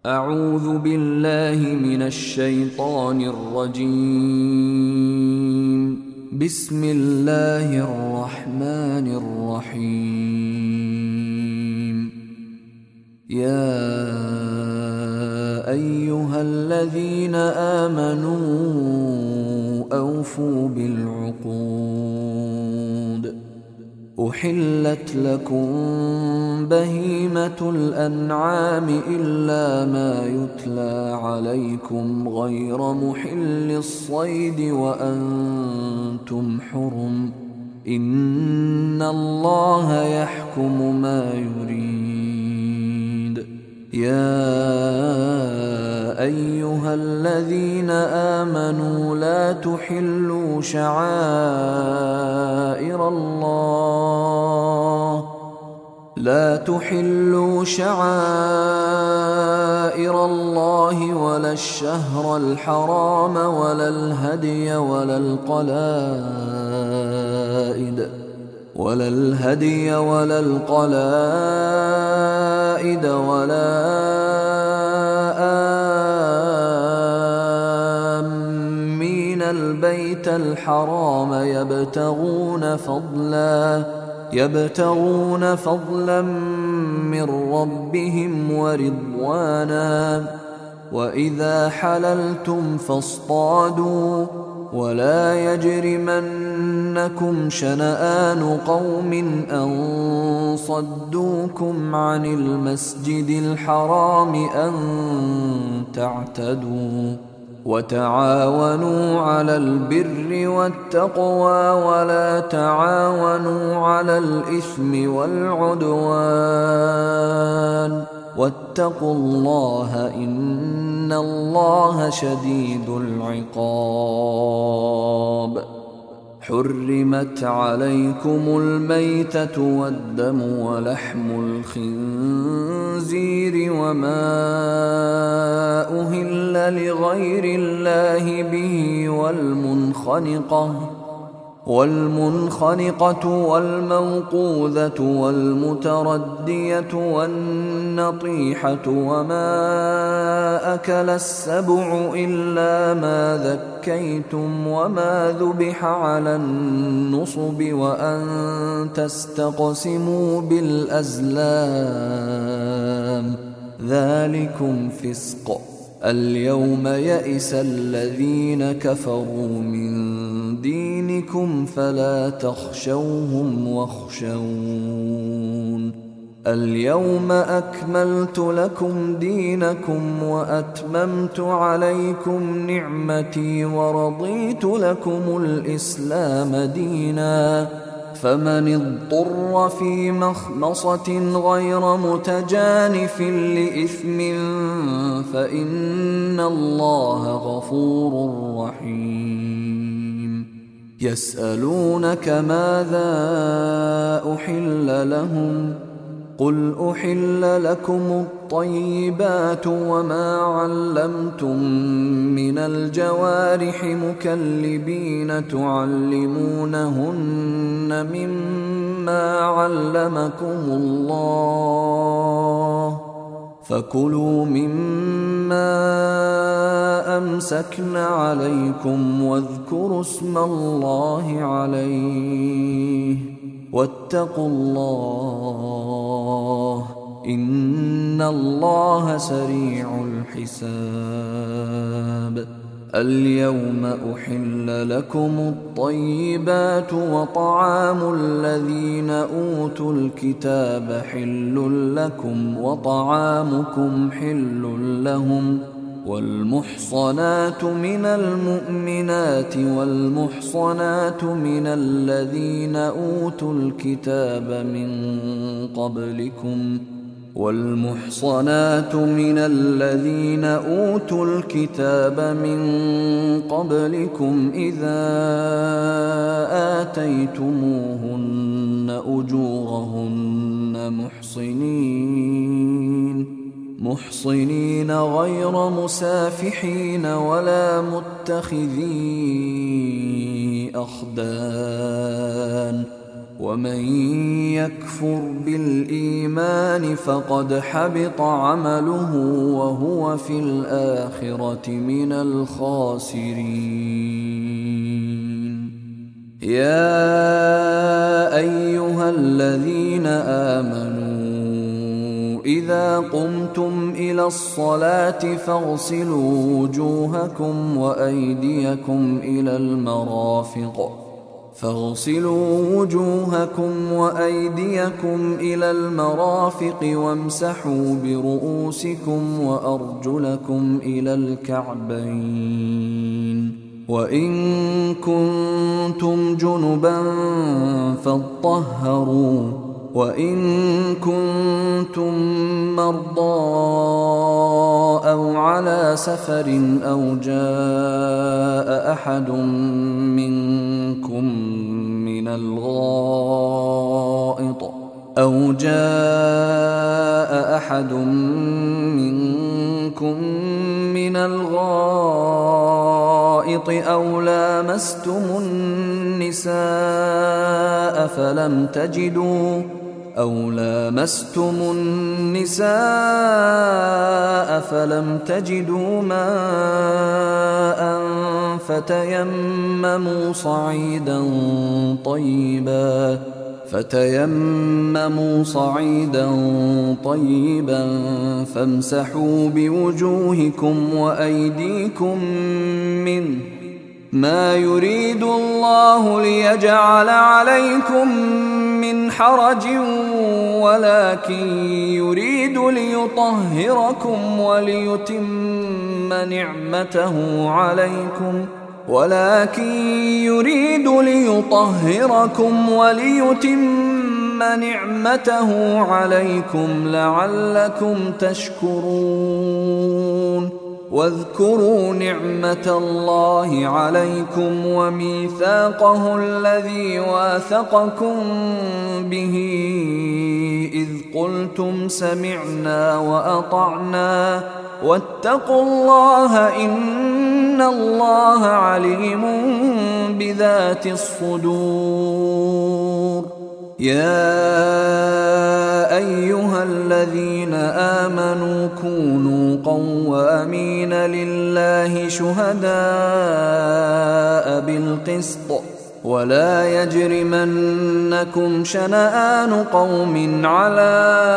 أعوذ بالله من الشيطان الرجيم. بسم الله الرحمن الرحيم. يا أيها الذين آمنوا أوفوا بالعقود. أحلت لكم بهيمة الأنعام إلا ما يتلى عليكم غير محل الصيد وأنتم حرم. إن الله يحكم ما يريد. يا أيها الذين آمنوا لا تحلوا شعائر الله ولا الشهر الحرام ولا الهدي ولا القلائد ولا آمين البيت الحرام يبتغون فضلا من ربهم ورضوانا. وإذا حللتم فاصطادوا ولا يجرمنكم شنآن قوم أن صدوكم عن المسجد الحرام أن تعتدوا. وتعاونوا على البر والتقوى ولا تعاونوا على الإثم والعدوان. واتقوا الله إن الله شديد العقاب. حرمت عليكم الميتة والدم ولحم الخنزير وما أهل لغير الله به والمنخنقة والموقوذة والمتردية والنطيحة وما أكل السبع إلا ما ذكيتم وما ذبح على النصب وأن تستقسموا بالأزلام ذلكم فسق. اليوم يئس الذين كفروا من دينكم فلا تخشوهم واخشون. اليوم أكملت لكم دينكم وأتممت عليكم نعمتي ورضيت لكم الإسلام دينا. فمن اضطر في مخمصة غير متجانف لإثم فإن الله غفور رحيم. يسألونك ماذا أحل لهم قل أحل لكم الطيبات وما علمتم من الجوارح مكلبين تعلمونهن مما علمكم الله فكلوا مما أمسكن عليكم واذكروا اسم الله عليه واتقوا الله إن الله سريع الحساب. اليوم أحل لكم الطيبات وطعام الذين أوتوا الكتاب حل لكم وطعامكم حل لهم. والمحصنات من المؤمنات والمحصنات من الذين أوتوا الكتاب من قبلكم إذا آتيتموهن أجورهن محصنين غير مسافحين ولا متخذي أخدان ومن يكفر بالإيمان فقد حبط عمله وهو في الآخرة من الخاسرين. يا أيها الذين آمنوا إذا قمتم إلى الصلاة فاغسلوا وجوهكم وأيديكم إلى المرافق وامسحوا برؤوسكم وأرجلكم إلى الكعبين، وإن كنتم جنبا فاطهروا، وإن كنتم مرضى أو على سفر أو جاء أحد منكم من الغائط أو لامستم النساء فلم تجدوا ماء فتيمموا صعيدا طيبا فامسحوا بوجوهكم وأيديكم منه، ما يريد الله ليجعل عليكم من حرج ولكن يريد ليطهركم وليتم نعمته عليكم لعلكم تشكرون. واذكروا نعمة الله عليكم وميثاقه الذي واثقكم به إذ قلتم سمعنا وأطعنا واتقوا الله إن الله عليم بذات الصدور. يا أيها الذين آمنوا كونوا قوامين لله شهداء بالقسط ولا يجرمنكم شنآن قوم على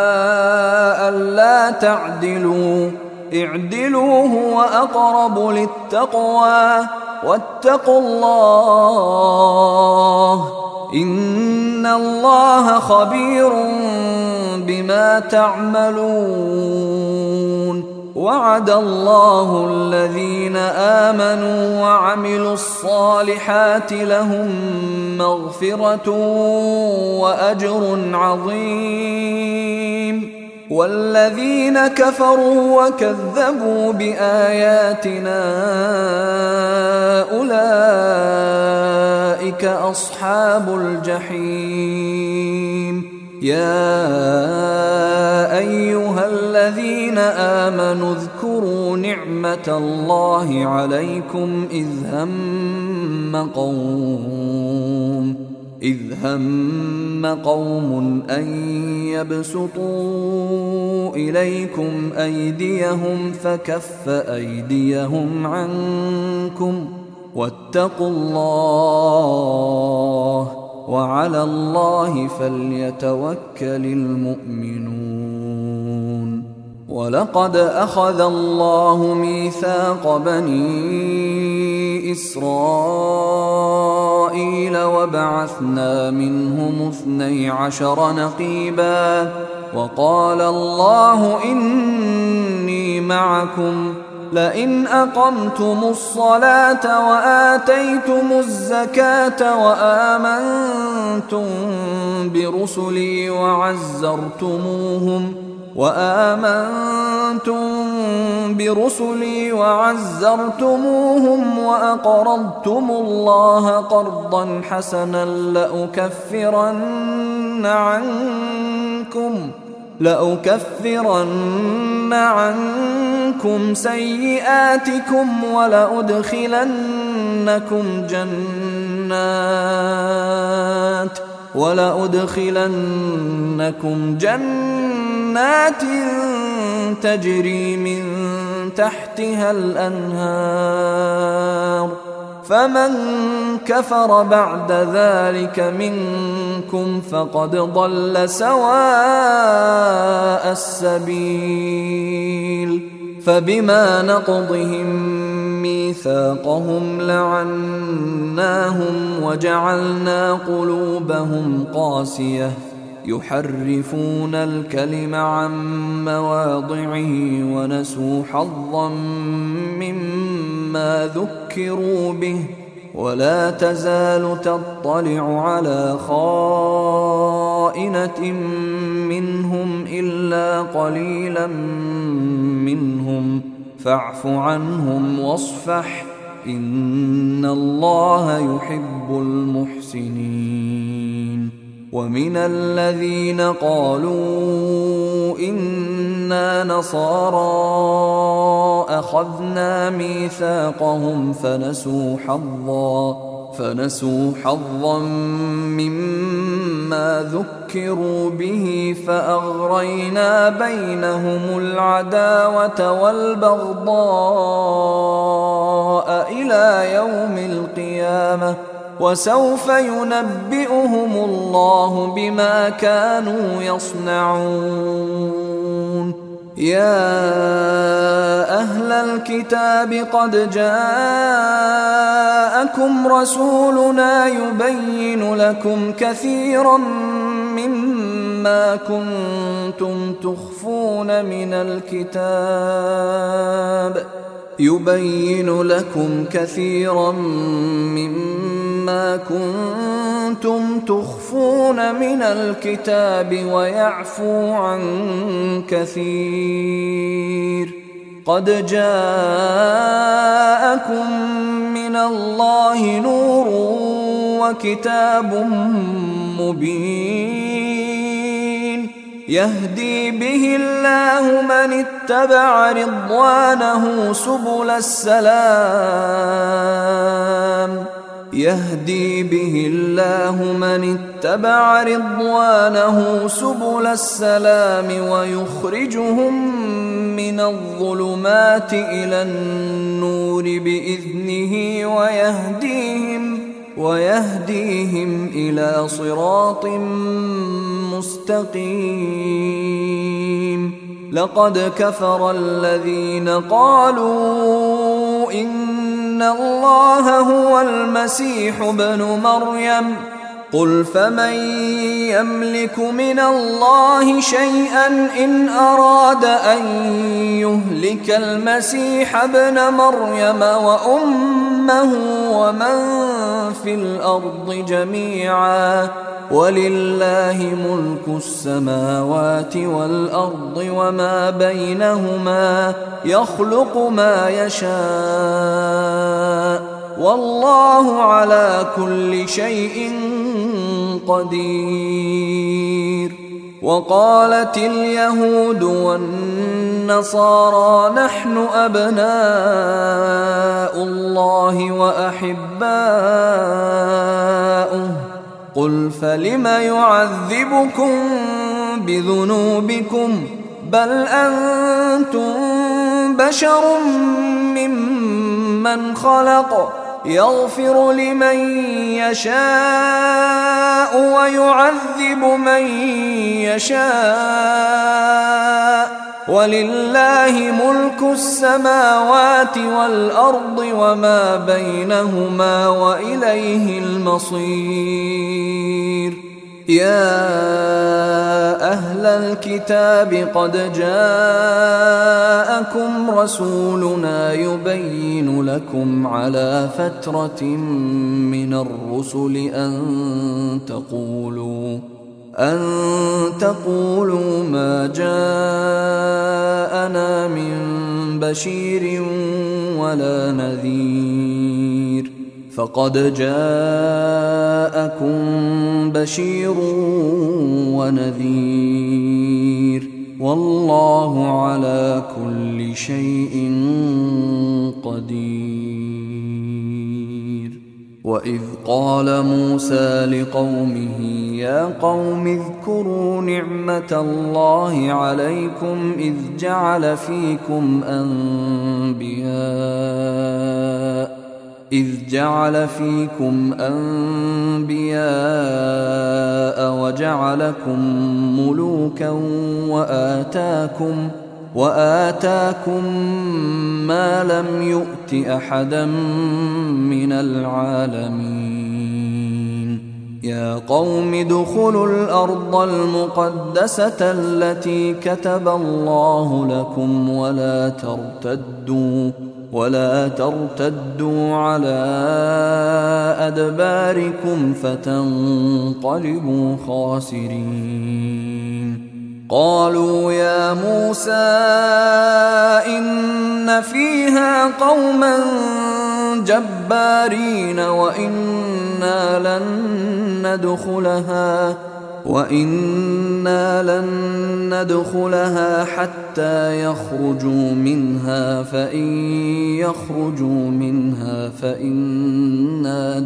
ألا تعدلوا، اعدلوا هو أقرب للتقوى واتقوا الله إن الله خبير بما تعملون. وعد الله الذين آمنوا وعملوا الصالحات لهم مغفرة وأجر عظيم، والذين كفروا وكذبوا بآياتنا أولئك أصحاب الجحيم. يا أيها الذين آمنوا اذكروا نعمة الله عليكم إذ هم قوم أن يبسطوا إليكم أيديهم فكف أيديهم عنكم واتقوا الله وعلى الله فليتوكل المؤمنون. ولقد أخذ الله ميثاق بني إسرائيل وبعثنا منهم 12 نقيبا وقال الله إني معكم لئن أقمتم الصلاة وآتيتم الزكاة وآمنتم برسلي وعزرتموهم وأقرضتم الله قرضا حسنا لأكفرن عنكم سيئاتكم ولأدخلنكم جنات تجري من تحتها الأنهار فمن كفر بعد ذلك منكم فقد ضل سواء السبيل فبما نقضهم ميثاقهم لعناهم وجعلنا قلوبهم قاسية يحرفون الكلم عن مواضعه ونسوا حظا مما ذكروا به ولا تزال تطلع على خائنة منهم إلا قليلا منهم فاعف عنهم واصفح إن الله يحب المحسنين ومن الذين قالوا إنا نصارى أخذنا ميثاقهم فنسوا حظا مما ذكروا به فأغرينا بينهم العداوة والبغضاء إلى يوم القيامة وسوف ينبئهم الله بما كانوا يصنعون يا أهل الكتاب قد جاءكم رسولنا يبين لكم كثيرا مما كنتم تخفون من الكتاب ويعفو عن كثير قد جاءكم من الله نور وكتاب مبين يهدي به الله من اتبع رضوانه سبل السلام ويخرجهم من الظلمات إلى النور بإذنه ويهديهم إلى صراط مستقيم لقد كفر الذين قالوا إن الله هو المسيح ابن مريم قل فمن يملك من الله شيئا إن أراد أن يهلك المسيح ابن مريم وأمه ومن في الأرض جميعا ولله ملك السماوات والأرض وما بينهما يخلق ما يشاء والله على كل شيء قدير وقالت اليهود والنصارى نحن أبناء الله وأحباؤه قل فلم يعذبكم بذنوبكم بل أنتم بشر ممن خلق يغفر لمن يشاء ويعذب من يشاء ولله ملك السماوات والأرض وما بينهما وإليه المصير يا أهل الكتاب قد جاءكم رسولنا يبين لكم على فترة من الرسل أن تقولوا ما جاءنا من بشير ولا نذير فقد جاءكم بشير ونذير والله على كل شيء قدير وإذ قال موسى لقومه يا قوم اذكروا نعمة الله عليكم إذ جعل فيكم أنبياء وجعلكم ملوكا وآتاكم ما لم يؤت أحدا من العالمين يا قوم ادخلوا الأرض المقدسة التي كتب الله لكم ولا ترتدوا على أدباركم فتنقلبوا خاسرين قالوا يا موسى إن فيها قوما جبارين وإنا لن ندخلها حتى يخرجوا منها فإن يخرجوا منها فإنا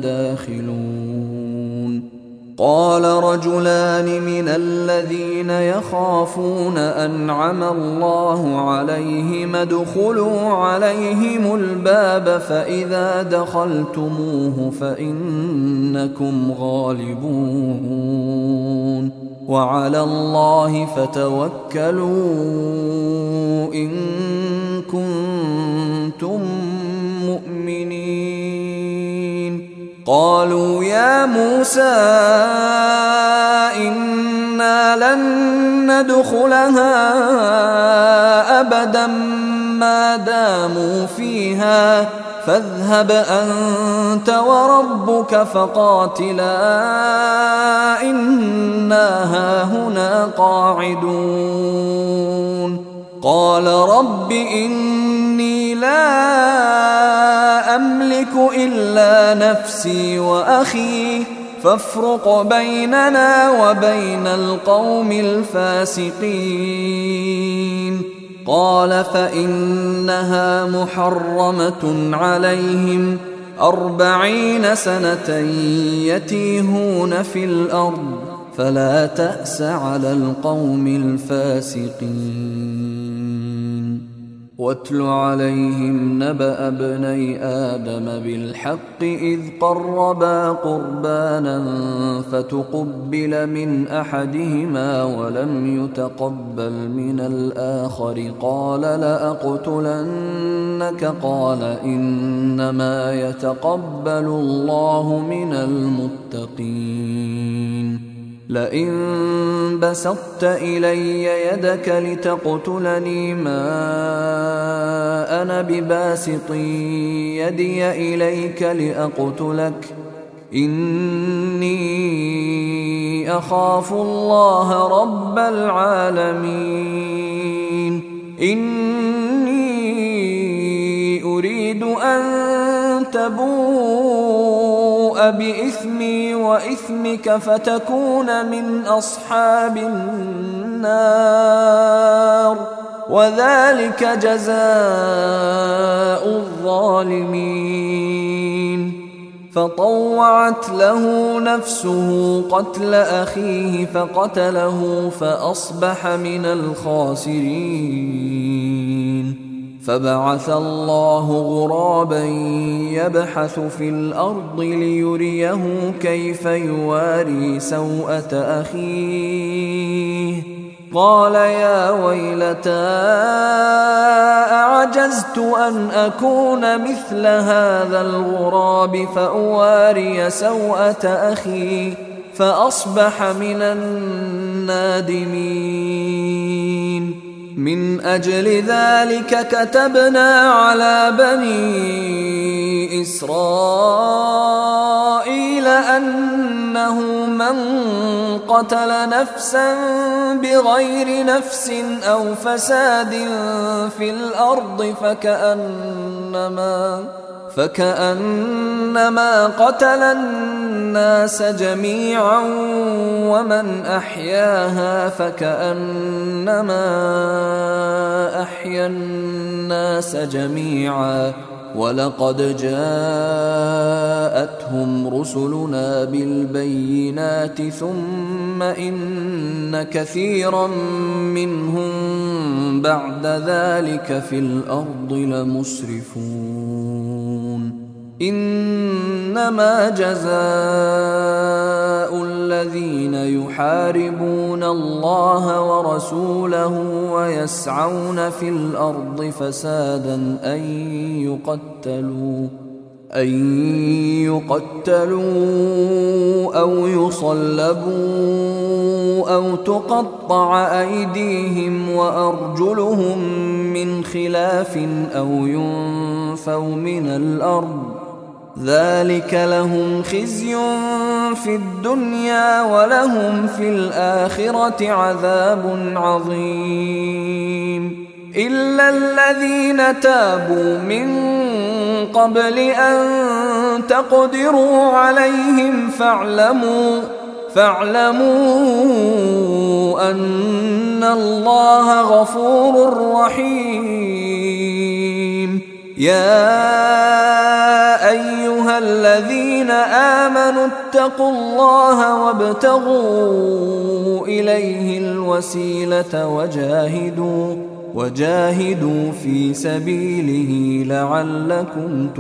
داخلون قال رجلان من الذين يخافون أنعم الله عليهم ادخلوا عليهم الباب فإذا دخلتموه فإنكم غالبون وعلى الله فتوكلوا إن كنتم مؤمنين قالوا يا موسى إنا لن ندخلها أبدا ما داموا فيها فاذهب أنت وربك فقاتلا إنا هاهنا قاعدون قال رب إني لا أملك إلا نفسي وأخي فافرق بيننا وبين القوم الفاسقين قال فإنها محرمة عليهم 40 سنة يتيهون في الأرض فلا تأس على القوم الفاسقين واتل عليهم نبأ ابني آدم بالحق إذ قربا قربانا فتقبل من أحدهما ولم يتقبل من الآخر قال لأقتلنك قال إنما يتقبل الله من المتقين لئن بسطت إلي يدك لتقتلني ما أنا بباسط يدي إليك لأقتلك إني أخاف الله رب العالمين إني أريد أن تبوء بإثمي وإثمك فتكون من أصحاب النار وذلك جزاء الظالمين فطوعت له نفسه قتل أخيه فقتله فأصبح من الخاسرين فبعث الله غرابا يبحث في الأرض ليريه كيف يواري سوءة أخيه قال يا ويلتى أعجزت أن أكون مثل هذا الغراب فأواري سوءة أخي فأصبح من النادمين من أجل ذلك كتبنا على بني إسرائيل أنه من قتل نفسا بغير نفس أو فساد في الأرض فكأنما قتل الناس جميعا ومن أحياها فكأنما أحيا الناس جميعا ولقد جاءتهم رسلنا بالبينات ثم إن كثيرا منهم بعد ذلك في الأرض لمسرفون إنما جزاء الذين يحاربون الله ورسوله ويسعون في الأرض فسادا أن يقتلوا أو يصلبوا أو تقطع أيديهم وأرجلهم من خلاف أو ينفوا من الأرض ذلك لهم خزي في الدنيا ولهم في الآخرة عذاب عظيم إلا الذين تابوا من قبل أن تقدروا عليهم فاعلموا أن الله غفور رحيم يا أيها الذين آمنوا اتقوا الله وابتغوا إليه الوسيلة وجاهدوا في سبيله لعلكم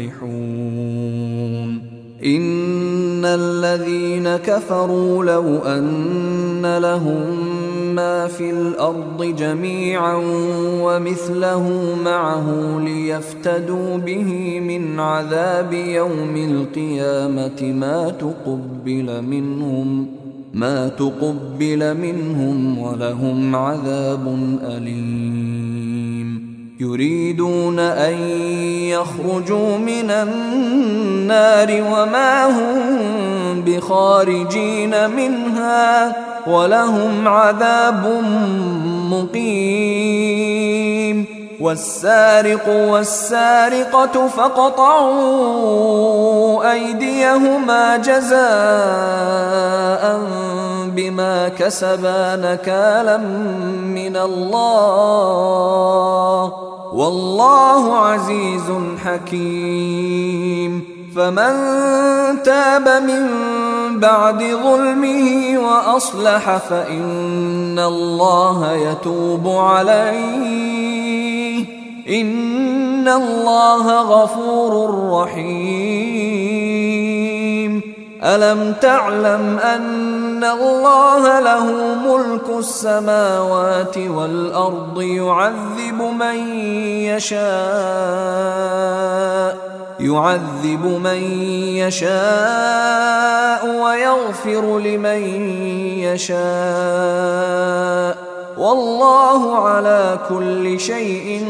تفلحون إن الذين كفروا لو أن لهم ما في الأرض جميعا ومثله معه ليفتدوا به من عذاب يوم القيامة ما تقبل منهم ولهم عذاب أليم يريدون أن يخرجوا من النار وما هم بخارجين منها ولهم عذاب مقيم والسارق والسارقة فاقطعوا أيديهما جزاء بما كسبا نكالا من الله والله عزيز حكيم فمن تاب من بعد ظلمه وأصلح فإن الله يتوب عليه إن الله غفور رحيم ألم تعلم أن الله له ملك السماوات والأرض يعذب من يشاء ويغفر لمن يشاء والله على كل شيء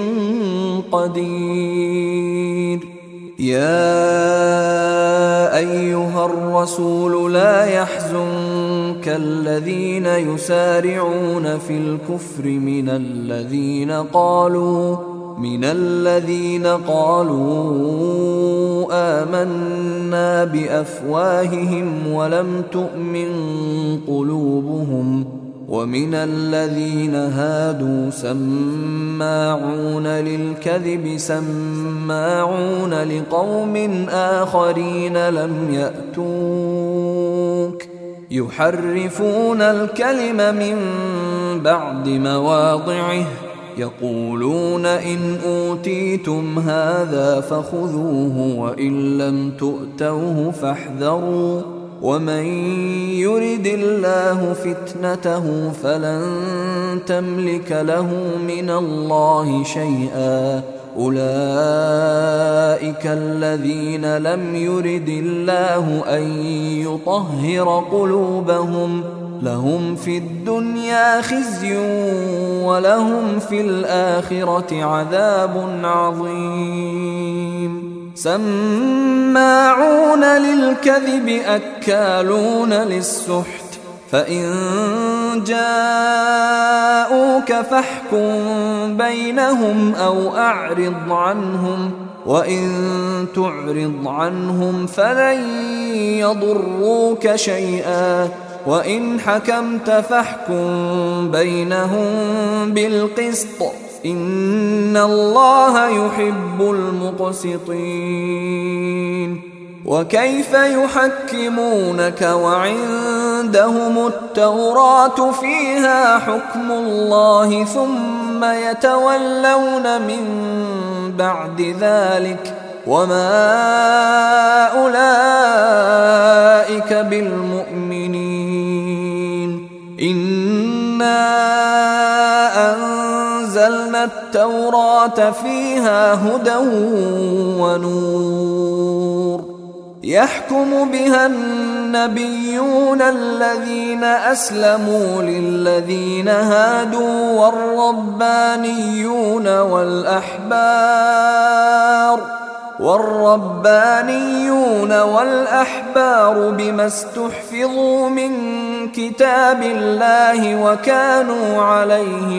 قدير يا أيها الرسول لا يحزنك الذين يسارعون في الكفر من الذين قالوا آمنا بأفواههم ولم تؤمن قلوبهم ومن الذين هادوا سماعون للكذب سماعون لقوم آخرين لم يأتوك يحرفون الكلم من بعد مواضعه يقولون إن أوتيتم هذا فخذوه وإن لم تؤتوه فاحذروا ومن يرد الله فتنته فلن تملك له من الله شيئا أولئك الذين لم يرد الله أن يطهر قلوبهم لهم في الدنيا خزي ولهم في الآخرة عذاب عظيم سماعون للكذب أكالون للسحت فإن جاءوك فاحكم بينهم أو أعرض عنهم وإن تعرض عنهم فلن يضروك شيئا وإن حكمت فاحكم بينهم بالقسط إن الله يحب المقسطين. وكيف يحكمونك وعندهم التوراة فيها حكم الله ثم يتولون من بعد ذلك وما أولئك بالمؤمنين. إنا أنزلنا التوراة فيها هدى ونور يحكم بها النبيون الذين أسلموا للذين هادوا والربانيون والأحبار بما استحفظوا من كتاب الله وكانوا عليه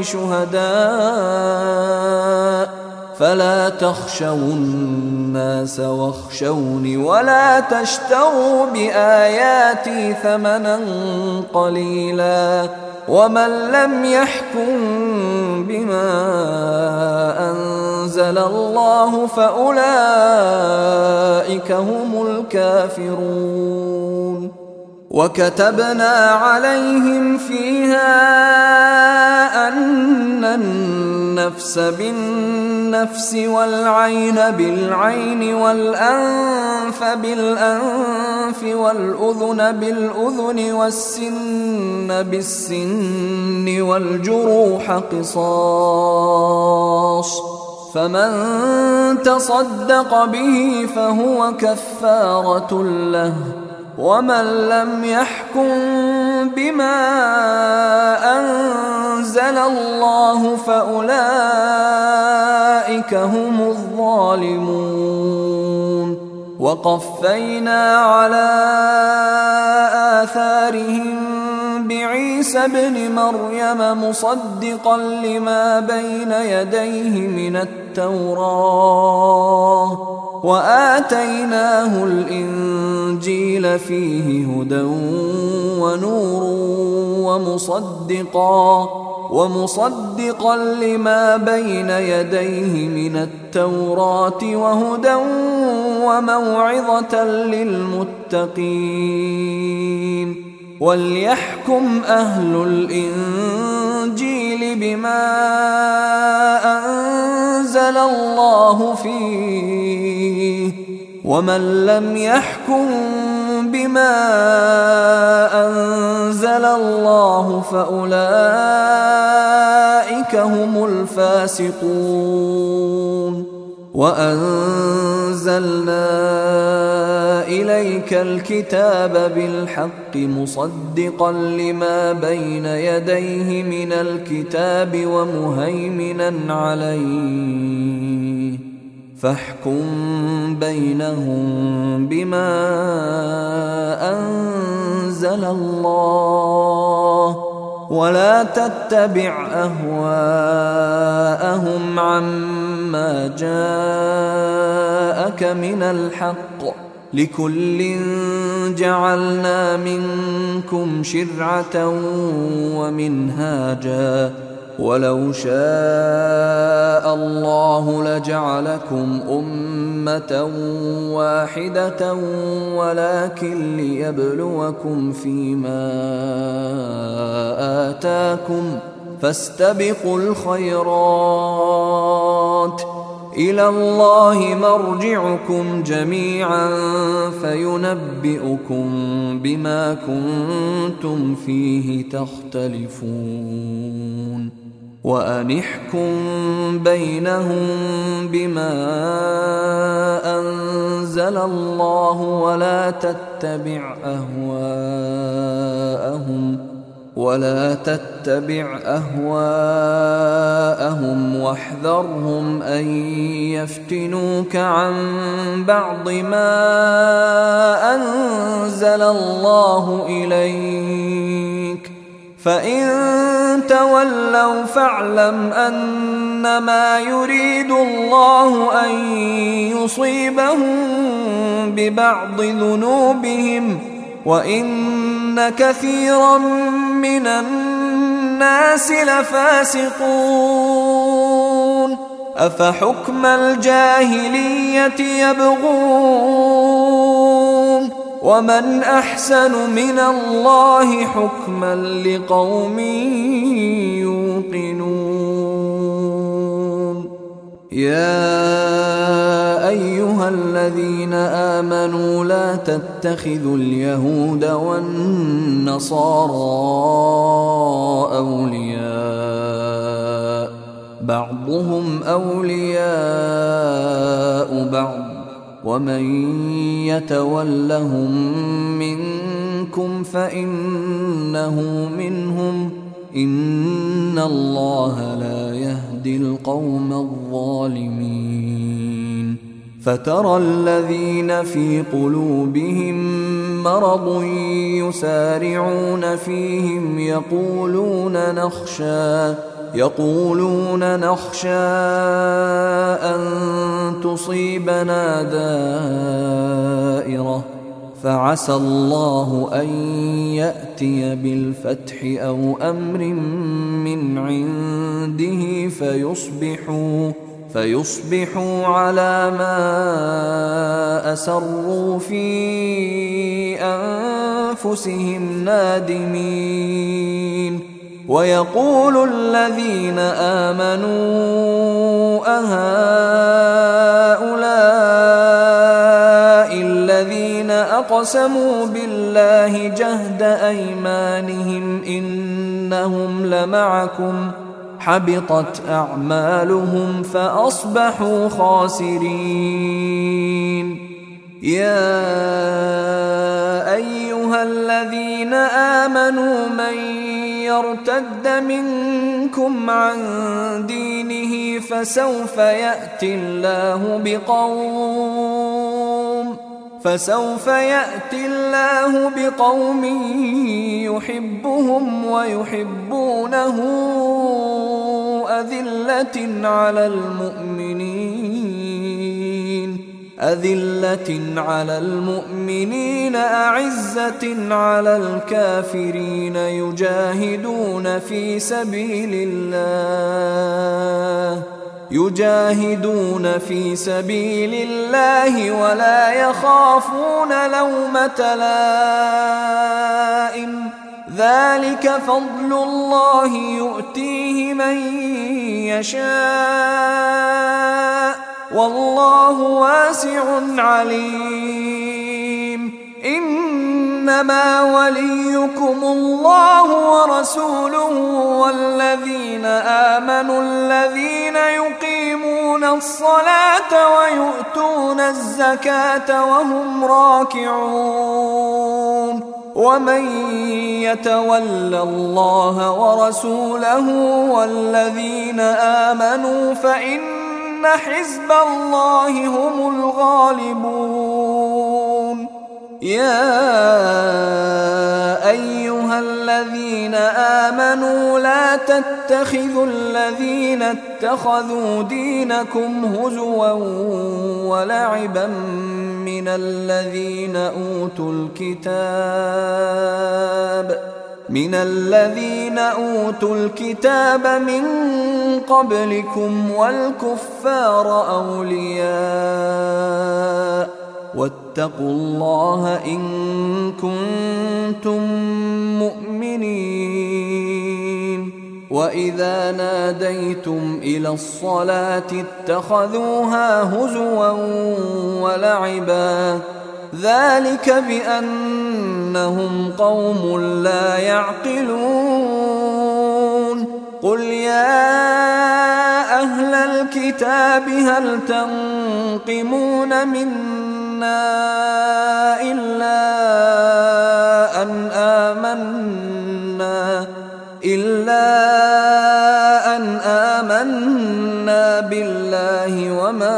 شهداء فلا تخشوا الناس واخشوني ولا تشتروا بآياتي ثمنا قليلا ومن لم يحكم بما أنزل الله فأولئك هم الكافرون. وكتبنا عليهم فيها أن النفس بالنفس والعين بالعين والأنف بالأنف والأذن بالأذن والسن بالسن والجروح قصاص فمن تصدق به فهو كفارة له ومن لم يحكم بما أنزل الله فأولئك هم الظالمون. وقفينا على آثارهم بعيسى ابن مريم مصدقا لما بين يديه من التوراة وآتيناه الإنجيل فيه هدى ونور ومصدقا لما بين يديه من التوراة وهدى وموعظة للمتقين. وليحكم أهل الإنجيل بما أنزل الله فيه ومن لم يحكم بما أنزل الله فأولئك هم الفاسقون. وأنزلنا إليك الكتاب بالحق مصدقا لما بين يديه من الكتاب ومهيمنا عليه فاحكم بينهم بما أنزل الله ولا تتبع أهواءهم عما جاءك من الحق لكل جعلنا منكم شرعة ومنهاجا ولو شاء الله لجعلكم أمة واحدة ولكن ليبلوكم فيما آتاكم فاستبقوا الخيرات إلى الله مرجعكم جميعا فينبئكم بما كنتم فيه تختلفون. وأن احكم بينهم بما أنزل الله ولا تتبع أهواءهم واحذرهم أن يفتنوك عن بعض ما أنزل الله إليك فإن تولوا فاعلم أنما يريد الله أن يصيبهم ببعض ذنوبهم وإن كثيرا من الناس لفاسقون. أفحكم الجاهلية يبغون ومن أحسن من الله حكما لقوم يوقنون. يا أيها الذين آمنوا لا تتخذوا اليهود والنصارى أولياء بعضهم أولياء بعض ومن يتولهم منكم فإنه منهم إن الله لا يهدي القوم الظالمين. فترى الذين في قلوبهم مرض يسارعون فيهم يقولون نخشى أن تصيبنا دائرة فعسى الله أن يأتي بالفتح أو أمر من عنده فيصبحوا على ما أسروا في أنفسهم نادمين. ويقول الذين آمنوا أهؤلاء الذين أقسموا بالله جهد أيمانهم إنهم لمعكم حبطت أعمالهم فأصبحوا خاسرين. يا أيها الذين آمنوا من يرتد منكم عن دينه فسوف يأتي الله بقوم يحبهم ويحبونه أذلة على المؤمنين أعزة على الكافرين يجاهدون في سبيل الله ولا يخافون لومة لائم ذلك فضل الله يؤتيه من يشاء والله واسع عليم. إنما وليكم الله ورسوله والذين آمنوا الذين يقيمون الصلاة ويؤتون الزكاة وهم راكعون. ومن يتول الله ورسوله والذين آمنوا فإن حزب الله هم الغالبون. يا أيها الذين آمنوا لا تتخذوا الذين اتخذوا دينكم هزوا ولعبا من الذين أوتوا الكتاب من قبلكم والكفار أولياء واتقوا الله إن كنتم مؤمنين. وإذا ناديتم إلى الصلاة اتخذوها هزوا ولعبا ذلك بأنهم قوم لا يعقلون. قل يا أهل الكتاب هل تنقمون منا إلا أن آمنا بالله وما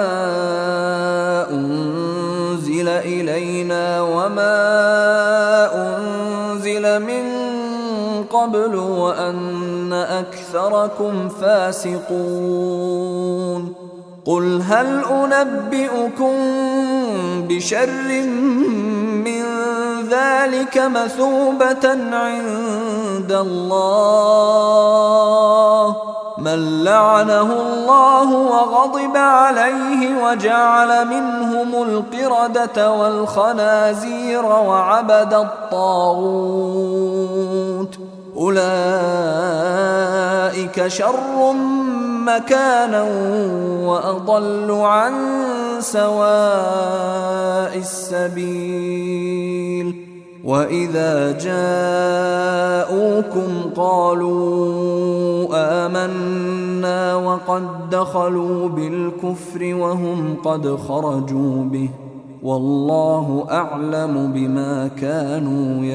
أنزل إلينا وما أنزل من قبل وأن أكثركم فاسقون قل هل أنبئكم بشر من ذلك مثوبة عند الله من لعنه الله وغضب عليه وجعل منهم القردة والخنازير وعبد الطاغوت أولئك شر مكانا وأضل عن سواء السبيل وإذا جاءوكم قالوا آمنا وقد دخلوا بالكفر وهم قد خرجوا به والله أعلم بما كانوا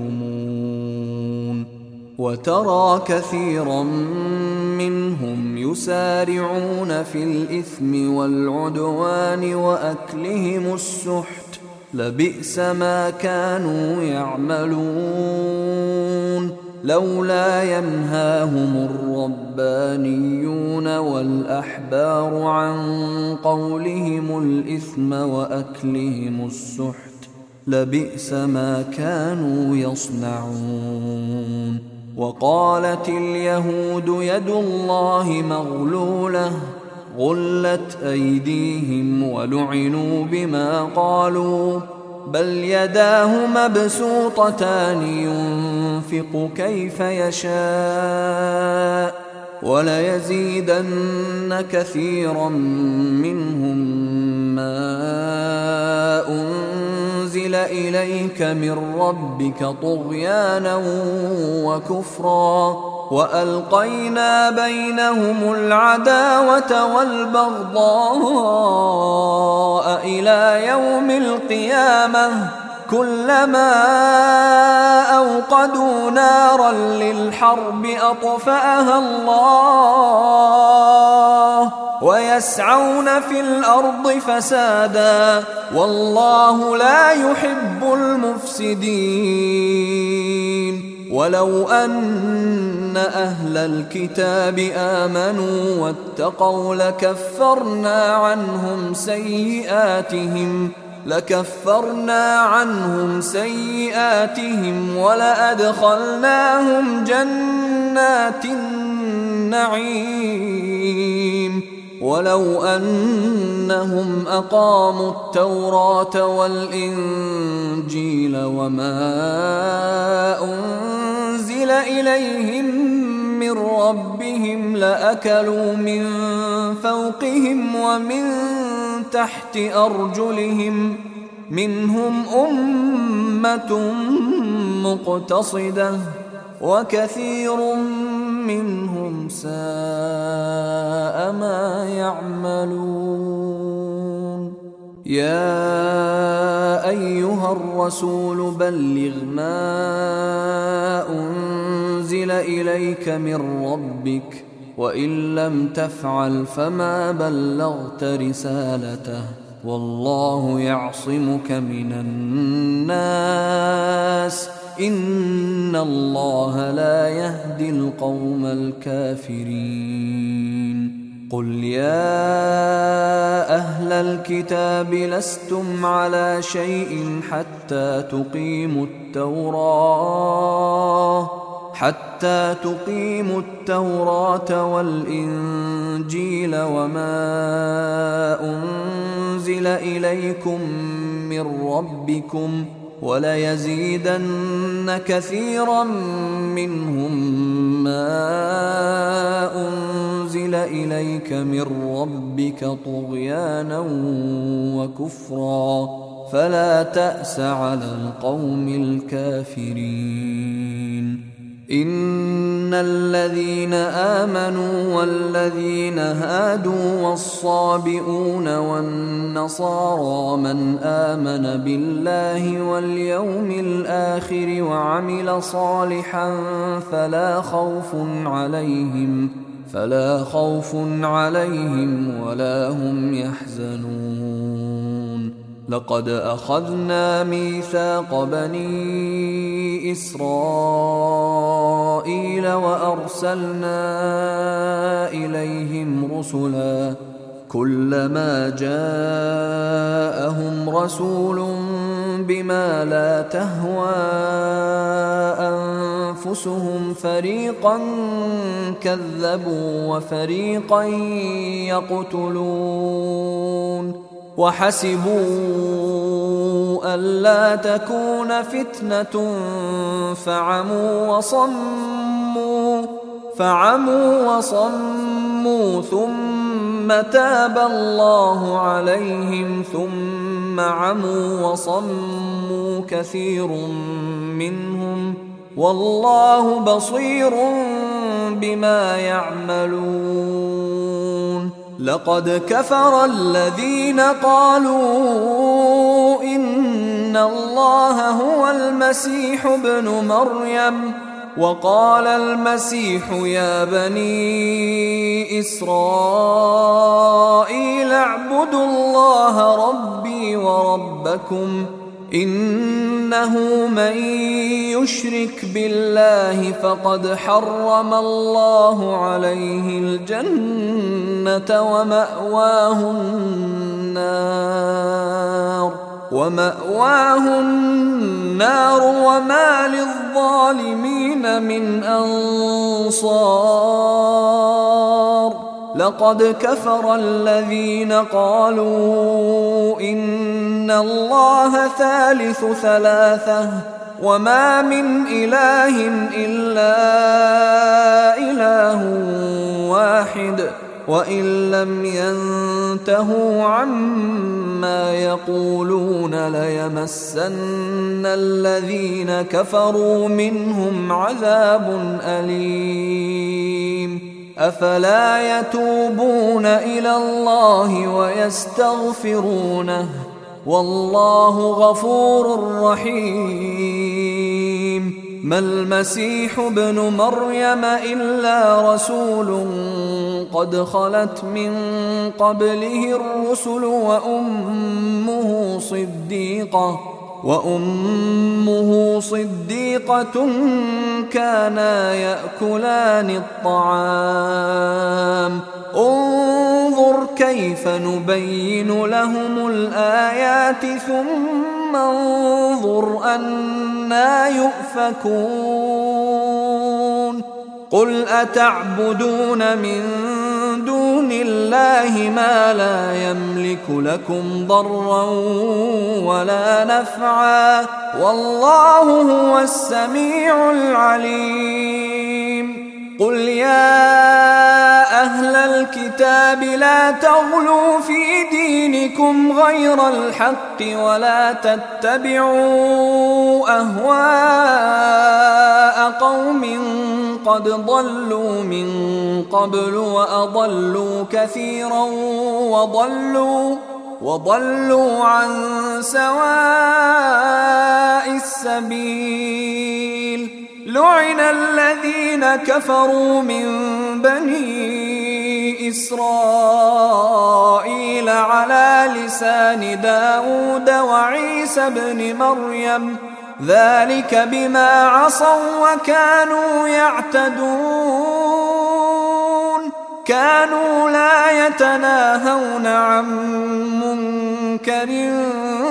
يكتمون وترى كثيرا منهم يسارعون في الإثم والعدوان وأكلهم السحت لبئس ما كانوا يعملون لولا ينهاهم الربانيون والأحبار عن قولهم الإثم وأكلهم السحت لبئس ما كانوا يصنعون وقالت اليهود يد الله مغلولة غلت أيديهم ولعنوا بما قالوا بل يداه مبسوطتان ينفق كيف يشاء وليزيدن كثيرا منهم ما أنزل إليك من ربك طغيانا وكفرا وألقينا بينهم العداوة والبغضاء إلى يوم القيامة كلما أوقدوا نارا للحرب أطفأها الله ويسعون في الأرض فسادا والله لا يحب المفسدين ولو أن أهل الكتاب آمنوا واتقوا لكفرنا عنهم سيئاتهم ولأدخلناهم جنات النعيم ولو أنهم أقاموا التوراة والإنجيل وما أنزل إليهم من ربهم لأكلوا من فوقهم ومن تحت أرجلهم منهم أمة مقتصدة وكثير منهم ساء ما يعملون يا أيها الرسول بلغ ما أنزل إليك من ربك وإن لم تفعل فما بلغت رسالته والله يعصمك من الناس إن الله لا يهدي القوم الكافرين قل يا أهل الكتاب لستم على شيء حتى تقيموا التوراة والإنجيل وما أنزل إليكم من ربكم وليزيدن كثيرا منهم ما أنزل إليك من ربك طغيانا وكفرا فلا تأس على القوم الكافرين إن الذين آمنوا والذين هادوا والصابئون والنصارى من آمن بالله واليوم الآخر وعمل صالحا فلا خوف عليهم ولا هم يحزنون لقد أخذنا ميثاق بني إسرائيل وأرسلنا إليهم رسلا كلما جاءهم رسول بما لا تهوى أنفسهم فريقا كذبوا وفريقا يقتلون وحسبوا ألا تكون فتنة فعموا وصموا ثم تاب الله عليهم ثم عموا وصموا كثير منهم والله بصير بما يعملون لقد كفر الذين قالوا إن الله هو المسيح ابن مريم وقال المسيح يا بني إسرائيل اعبدوا الله ربي وربكم إنه من يشرك بالله فقد حرم الله عليه الجنة ومأواه النار وما للظالمين من أنصار لقد كفر الذين قالوا إن الله ثالث ثلاثة وما من إله إلا إله واحد وإن لم ينتهوا عما يقولون ليمسن الذين كفروا منهم عذاب أليم أفلا يتوبون إلى الله ويستغفرونه والله غفور رحيم ما المسيح ابن مريم إلا رسول قد خلت من قبله الرسل وأمه صديقة كانا يأكلان الطعام انظر كيف نبين لهم الآيات ثم انظر أنى يؤفكون قل أتعبدون من دون الله ما لا يملك لكم ضرا ولا نفعا والله هو السميع العليم قل يا أهل الكتاب لا تغلوا في دينكم غير الحق ولا تتبعوا أهواء قوم قد ضلوا من قبل وأضلوا كثيرا وضلوا عن سواء السبيل لعن الذين كفروا من بني إسرائيل على لسان داود وعيسى بن مريم ذلك بما عصوا وكانوا يعتدون كانوا لا يتناهون عن منكر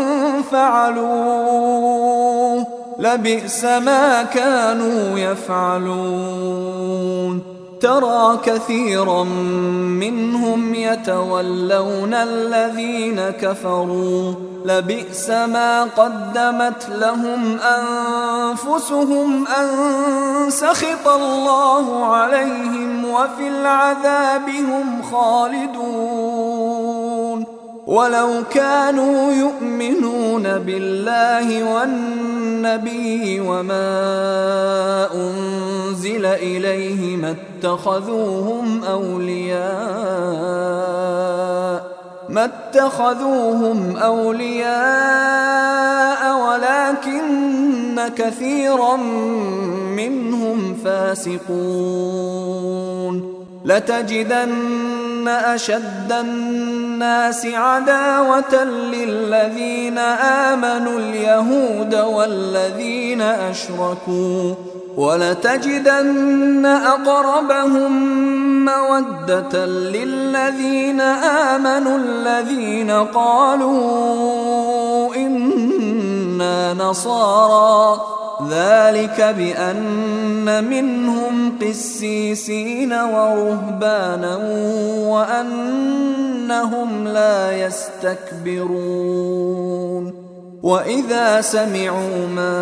فعلوه لبئس ما كانوا يفعلون ترى كثيرا منهم يتولون الذين كفروا لبئس ما قدمت لهم أنفسهم أن سخط الله عليهم وفي العذاب هم خالدون ولو كانوا يؤمنون بالله والنبي وما أنزل إليه ما اتخذوهم أولياء ولكن كثيرا منهم فاسقون لتجدن أشد الناس عداوة للذين آمنوا اليهود والذين أشركوا ولتجدن أقربهم مودة للذين آمنوا الذين قالوا إنا نصارى ذلك بأن منهم قسيسين ورهبانا وأنهم لا يستكبرون وإذا سمعوا ما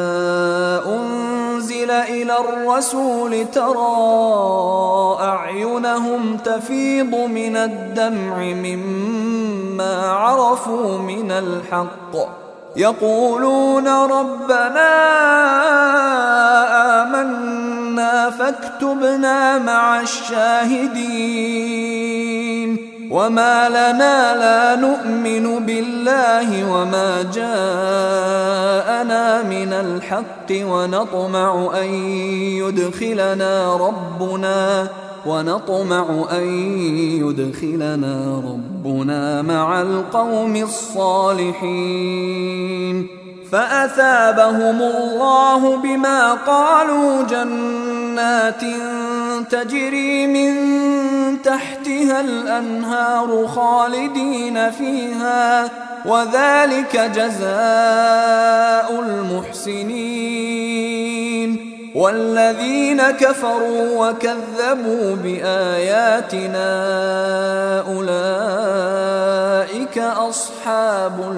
أنزل إلى الرسول ترى أعينهم تفيض من الدمع مما عرفوا من الحق يقولون ربنا آمنا فاكتبنا مع الشاهدين وما لنا لا نؤمن بالله وما جاءنا من الحق ونطمع أن يدخلنا ربنا مع القوم الصالحين فأثابهم الله بما قالوا جنات تجري من تحتها الأنهار خالدين فيها وذلك جزاء المحسنين والذين كفروا وكذبوا بآياتنا أولئك أصحاب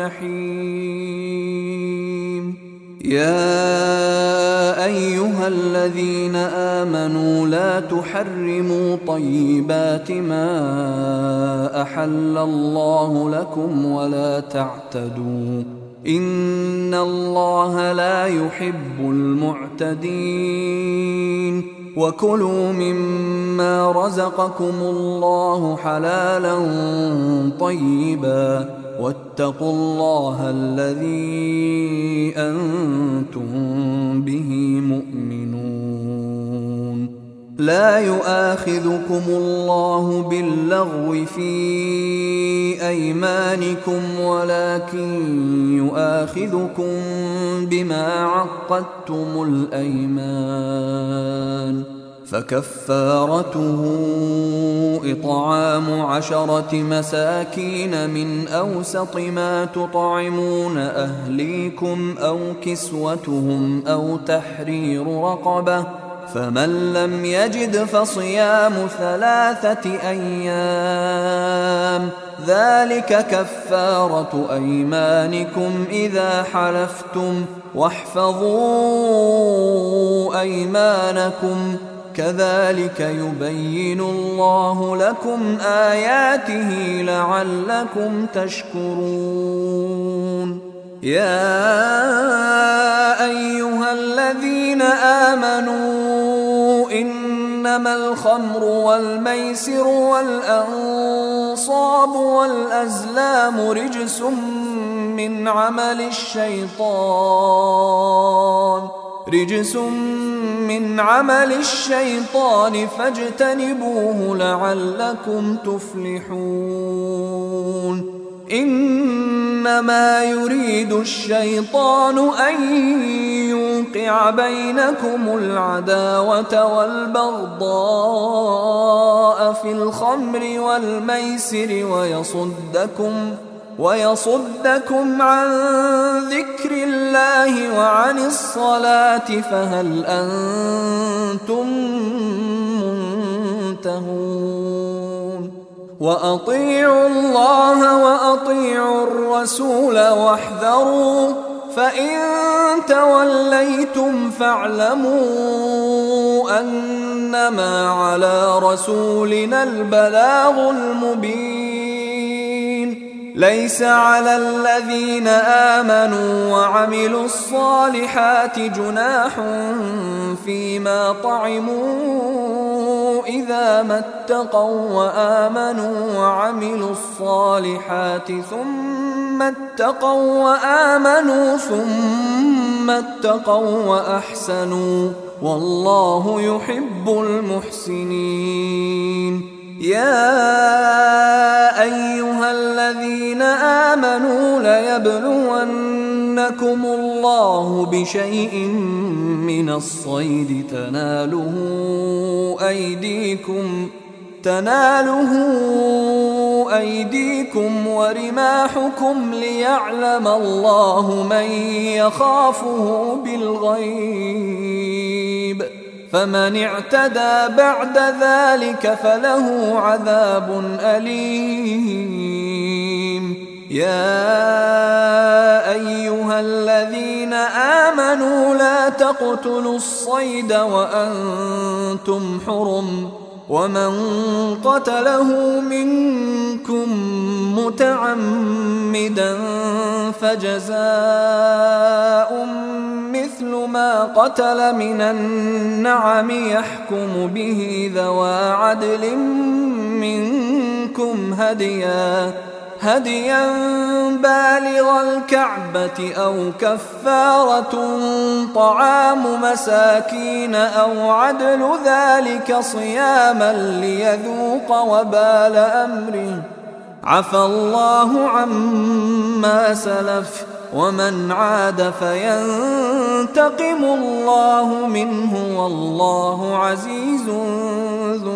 الجحيم يا أيها الذين آمنوا لا تحرموا طيبات ما أحل الله لكم ولا تعتدوا إن الله لا يحب المعتدين وكلوا مما رزقكم الله حلالا طيبا واتقوا الله الذي أنتم به مؤمنون لا يؤاخذكم الله باللغو في أيمانكم ولكن يؤاخذكم بما عقدتم الأيمان فكفارته إطعام 10 مساكين من أوسط ما تطعمون أهليكم أو كسوتهم أو تحرير رقبة فمن لم يجد فصيام 3 أيام ذلك كفارة أيمانكم إذا حلفتم واحفظوا أيمانكم كذلك يبين الله لكم آياته لعلكم تشكرون يا أيها الذين آمنوا إنما الخمر والميسر والأنصاب والأزلام رجس من عمل الشيطان فاجتنبوه لعلكم تفلحون إنما يريد الشيطان أن يوقع بينكم العداوة والبغضاء في الخمر والميسر ويصدكم عن ذكر الله وعن الصلاة فهل أنتم منتهون وأطيعوا الله وأطيعوا الرسول واحذروا فإن توليتم فاعلموا أنما على رسولنا البلاغ المبين ليس على الذين آمنوا وعملوا الصالحات جناح فيما طعموا إذا ما اتقوا وآمنوا وعملوا الصالحات ثم اتقوا وأحسنوا والله يحب المحسنين يا أيها الذين آمنوا ليبلونكم الله بشيء من الصيد تناله أيديكم ورماحكم ليعلم الله من يخافه بالغيب، فمن اعتدى بعد ذلك فله عذاب أليم. يا أيها الذين آمنوا لا تقتلوا الصيد وأنتم حرم، ومن قتله منكم متعمدا فجزاء مثل ما قتل من النعم يحكم به ذوى عدل منكم هديا بالغ الكعبة أو كفارة طعام مساكين أو عدل ذلك صياما ليذوق وبال أمره، عفى الله عما سلف، ومن عاد فينتقم الله منه والله عزيز ذو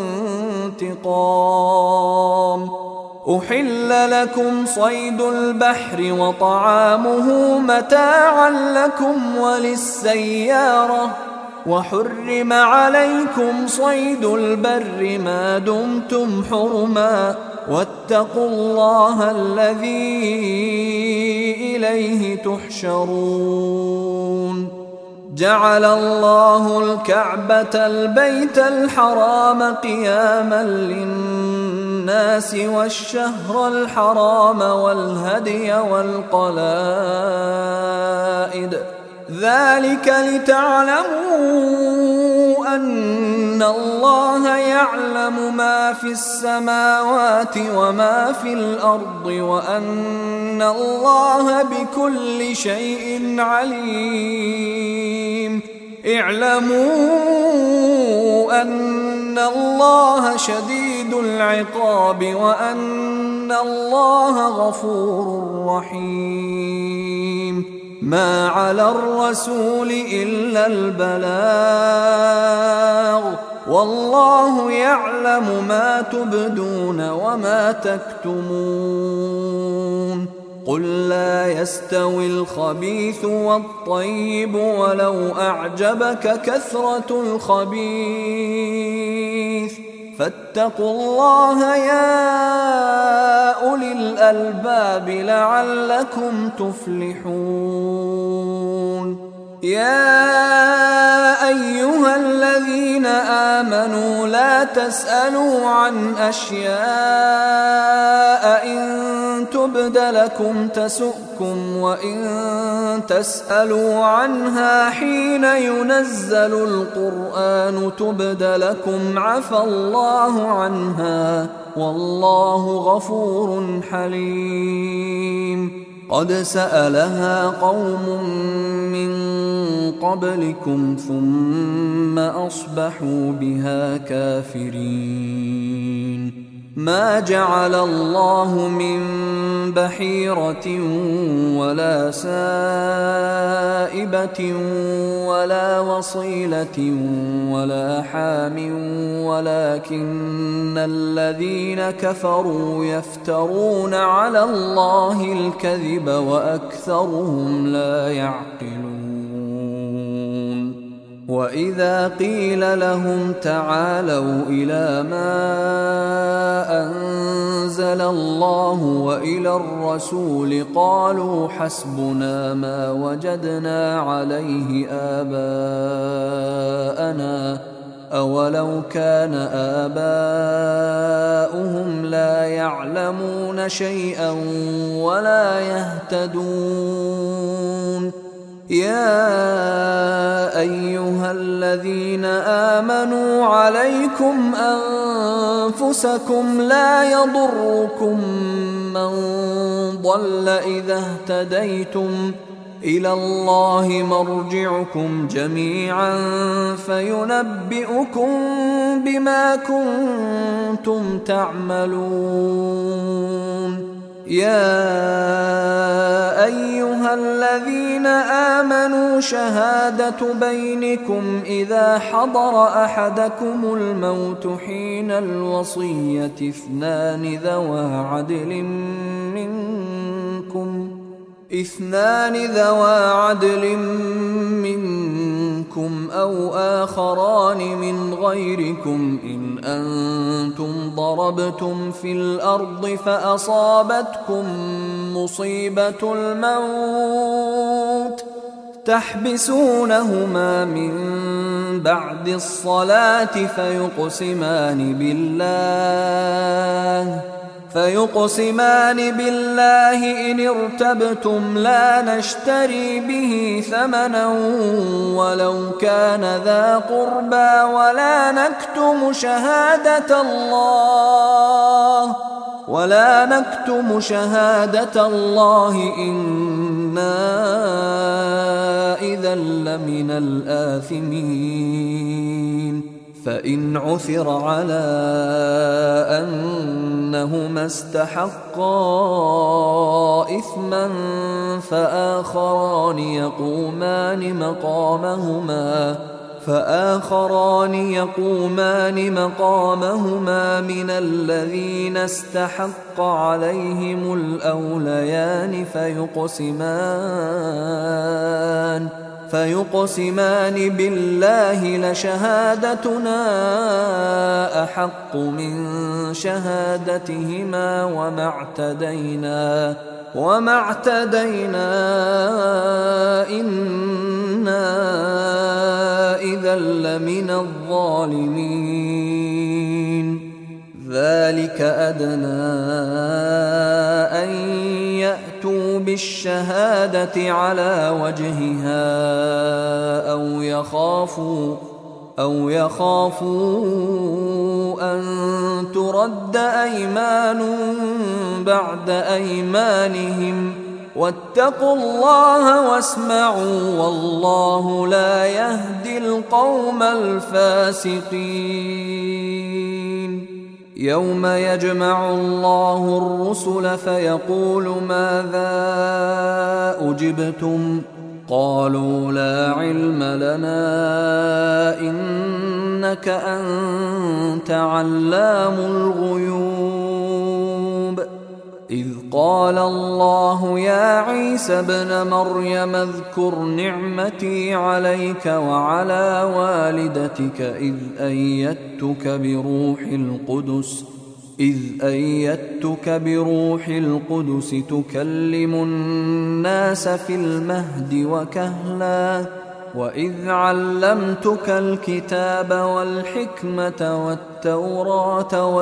انتقام. أحل لكم صيد البحر وطعامه متاعا لكم وللسيارة، وحرم عليكم صيد البر ما دمتم حرما، واتقوا الله الذي إليه تحشرون. جعل الله الكعبة البيت الحرام قياما للناس والشهر الحرام والهدي والقلائد، ذلك لتعلموا أن الله يعلم ما في السماوات وما في الأرض، وأن الله بكل شيء عليم. اعلموا أن الله شديد العقاب وأن الله غفور رحيم. ما على الرسول إلا البلاغ، والله يعلم ما تبدون وما تكتمون. قل لا يستوي الخبيث والطيب ولو أعجبك كثرة الخبيث، فاتقوا الله يا أولي الألباب لعلكم تفلحون. يا أيها الذين آمنوا لا تسألوا عن أشياء إن تبد لكم تسؤكم، وإن تسألوا عنها حين ينزل القرآن تبد لكم عفى الله عنها، والله غفور حليم. قد سألها قوم من قبلكم ثم أصبحوا بها كافرين. ما جعل الله من بحيرة ولا سائبة ولا وصيلة ولا حام، ولكن الذين كفروا يفترون على الله الكذب وأكثرهم لا يعقلون. وإذا قيل لهم تعالوا إلى ما أنزل الله وإلى الرسول قالوا حسبنا ما وجدنا عليه آباءنا، أولو كان آباؤهم لا يعلمون شيئا ولا يهتدون. يا أيها الذين آمنوا عليكم أنفسكم لا يضركم من ضل إذا اهتديتم إلى الله مرجعكم جميعا فينبئكم بما كنتم تعملون. يا أيها الذين آمنوا شهادة بينكم إذا حضر أحدكم الموت حين الوصية اثنان ذوى عدل منكم أو آخران من غيركم إن أنتم ضربتم في الأرض فأصابتكم مصيبة الموت تحبسونهما من بعد الصلاة فيقسمان بالله إن ارتبتم لا نشتري به ثمنا ولو كان ذا قربى ولا نكتم شهادة الله إنا إذا لمن الآثمين. فإن عثر على أنهما استحقا إثما فآخران يقومان مقامهما من الذين استحق عليهم الأوليان فيقسمان بالله لشهادتنا أحق من شهادتهما وما اعتدينا إنا إذا لمن الظالمين. ذلك أدنى أن يأتوا بالشهادة على وجهها أو يخافوا أن ترد أيمان بعد أيمانهم واتقوا الله واسمعوا والله لا يهدي القوم الفاسقين. يوم يجمع الله الرسل فيقول ماذا أجبتم قالوا لا علم لنا إنك أنت علام الغيوب. إذ قال الله يا عيسى ابن مريم اذكر نعمتي عليك وعلى والدتك إذ أيدتك بروح القدس تكلم الناس في المهد وكهلا وإذ علمتك الكتاب والحكمة والتوراة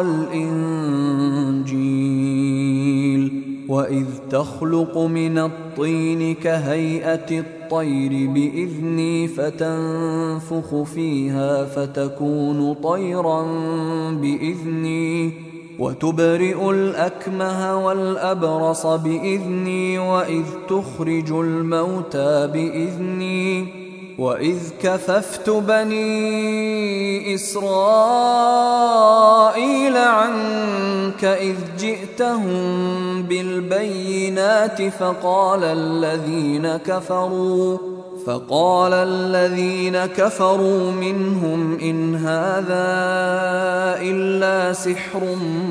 والإنجيل وإذ تخلق من الطين كهيئة الطير بإذني فتنفخ فيها فتكون طيرا بإذني وتبرئ الأكمه والأبرص بإذني وإذ تخرج الموتى بإذني وإذ كففت بني إسرائيل عنك إذ جئتهم بالبينات فقال الذين كفروا منهم إن هذا إلا سحر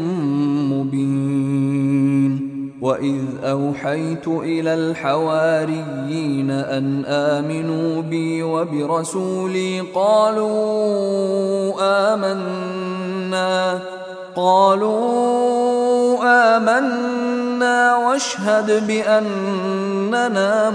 مبين. وإذ أوحيت إلى الحواريين أن آمنوا بي وبرسولي قالوا آمنا واشهد بأننا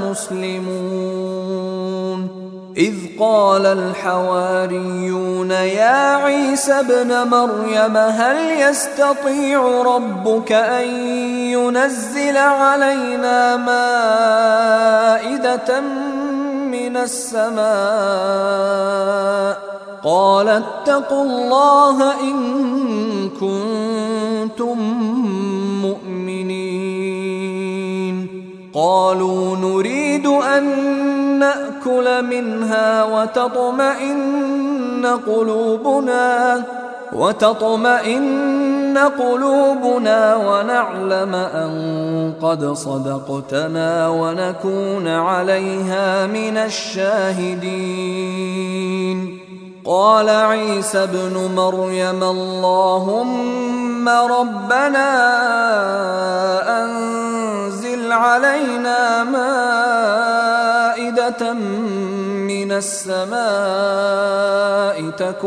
مسلمون. إذ قال الحواريون يا عيسى ابن مريم هل يستطيع ربك أن ينزل علينا مائدة من السماء قال اتقوا الله إن كنتم مؤمنين. قالوا نريد أن نأكل منها وتطمئن قلوبنا ونعلم أن قد صدقتنا ونكون عليها من الشاهدين. قال عيسى ابن مريم اللهم ربنا أنزل علينا مائدة من السماء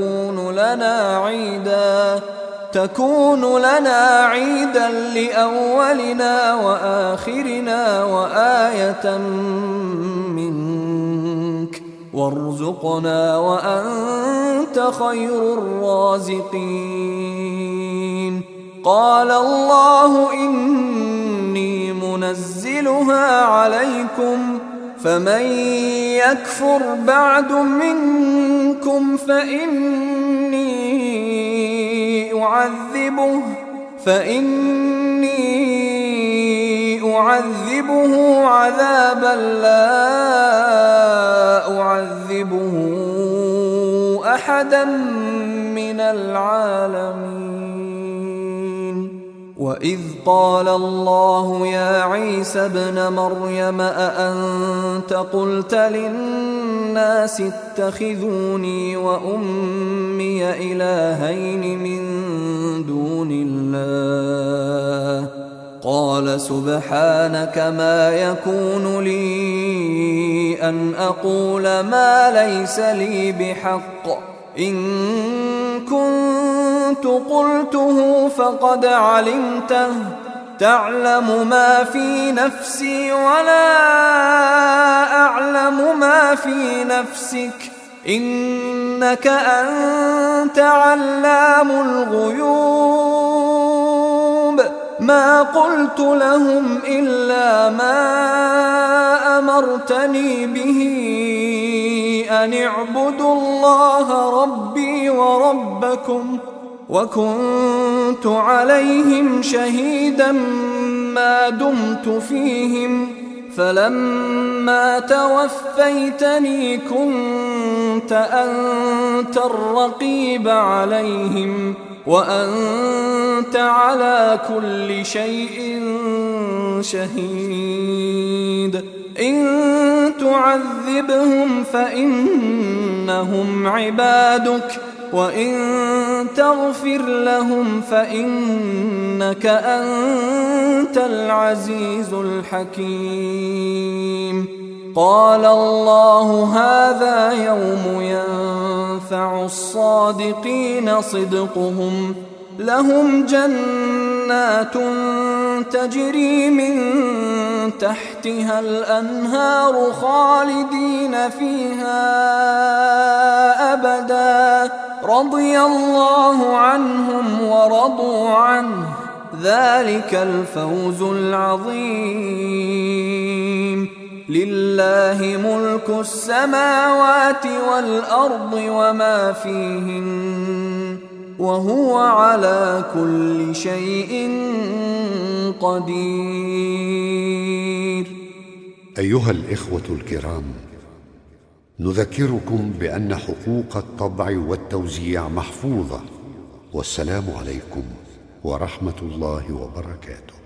تكون لنا عيدا لأولنا وآخرنا وآية منك وارزقنا وأنت خير الرازقين. قال الله إني منزلها عليكم فمن يكفر بعد منكم فإني أعذبه عذابا لا أعذبه أحدا من العالمين. وإذ قال الله يا عيسى ابن مريم أأنت قلت للناس اتخذوني وأمي إلهين من دون الله قال سبحانك ما يكون لي أن أقول ما ليس لي بحق إن كنت قلته فقد علمته تعلم ما في نفسي ولا أعلم ما في نفسك إنك أنت علام الغيوب. ما قلت لهم إلا ما أمرتني به أن اعبدوا الله ربي وربكم وكنت عليهم شهيدا ما دمت فيهم فلما توفيتني كنت أنت الرقيب عليهم وأنت على كل شيء شهيد. إن تعذبهم فإنهم عبادك وإن تغفر لهم فإنك أنت العزيز الحكيم. قال الله هذا يوم ينفع الصادقين صدقهم لهم جنات تجري من تحتها الأنهار خالدين فيها أبدا رضي الله عنهم ورضوا عنه ذلك الفوز العظيم. لله ملك السماوات والأرض وما فيهن وهو على كل شيء قدير. أيها الإخوة الكرام، نذكركم بأن حقوق الطبع والتوزيع محفوظة. والسلام عليكم ورحمة الله وبركاته.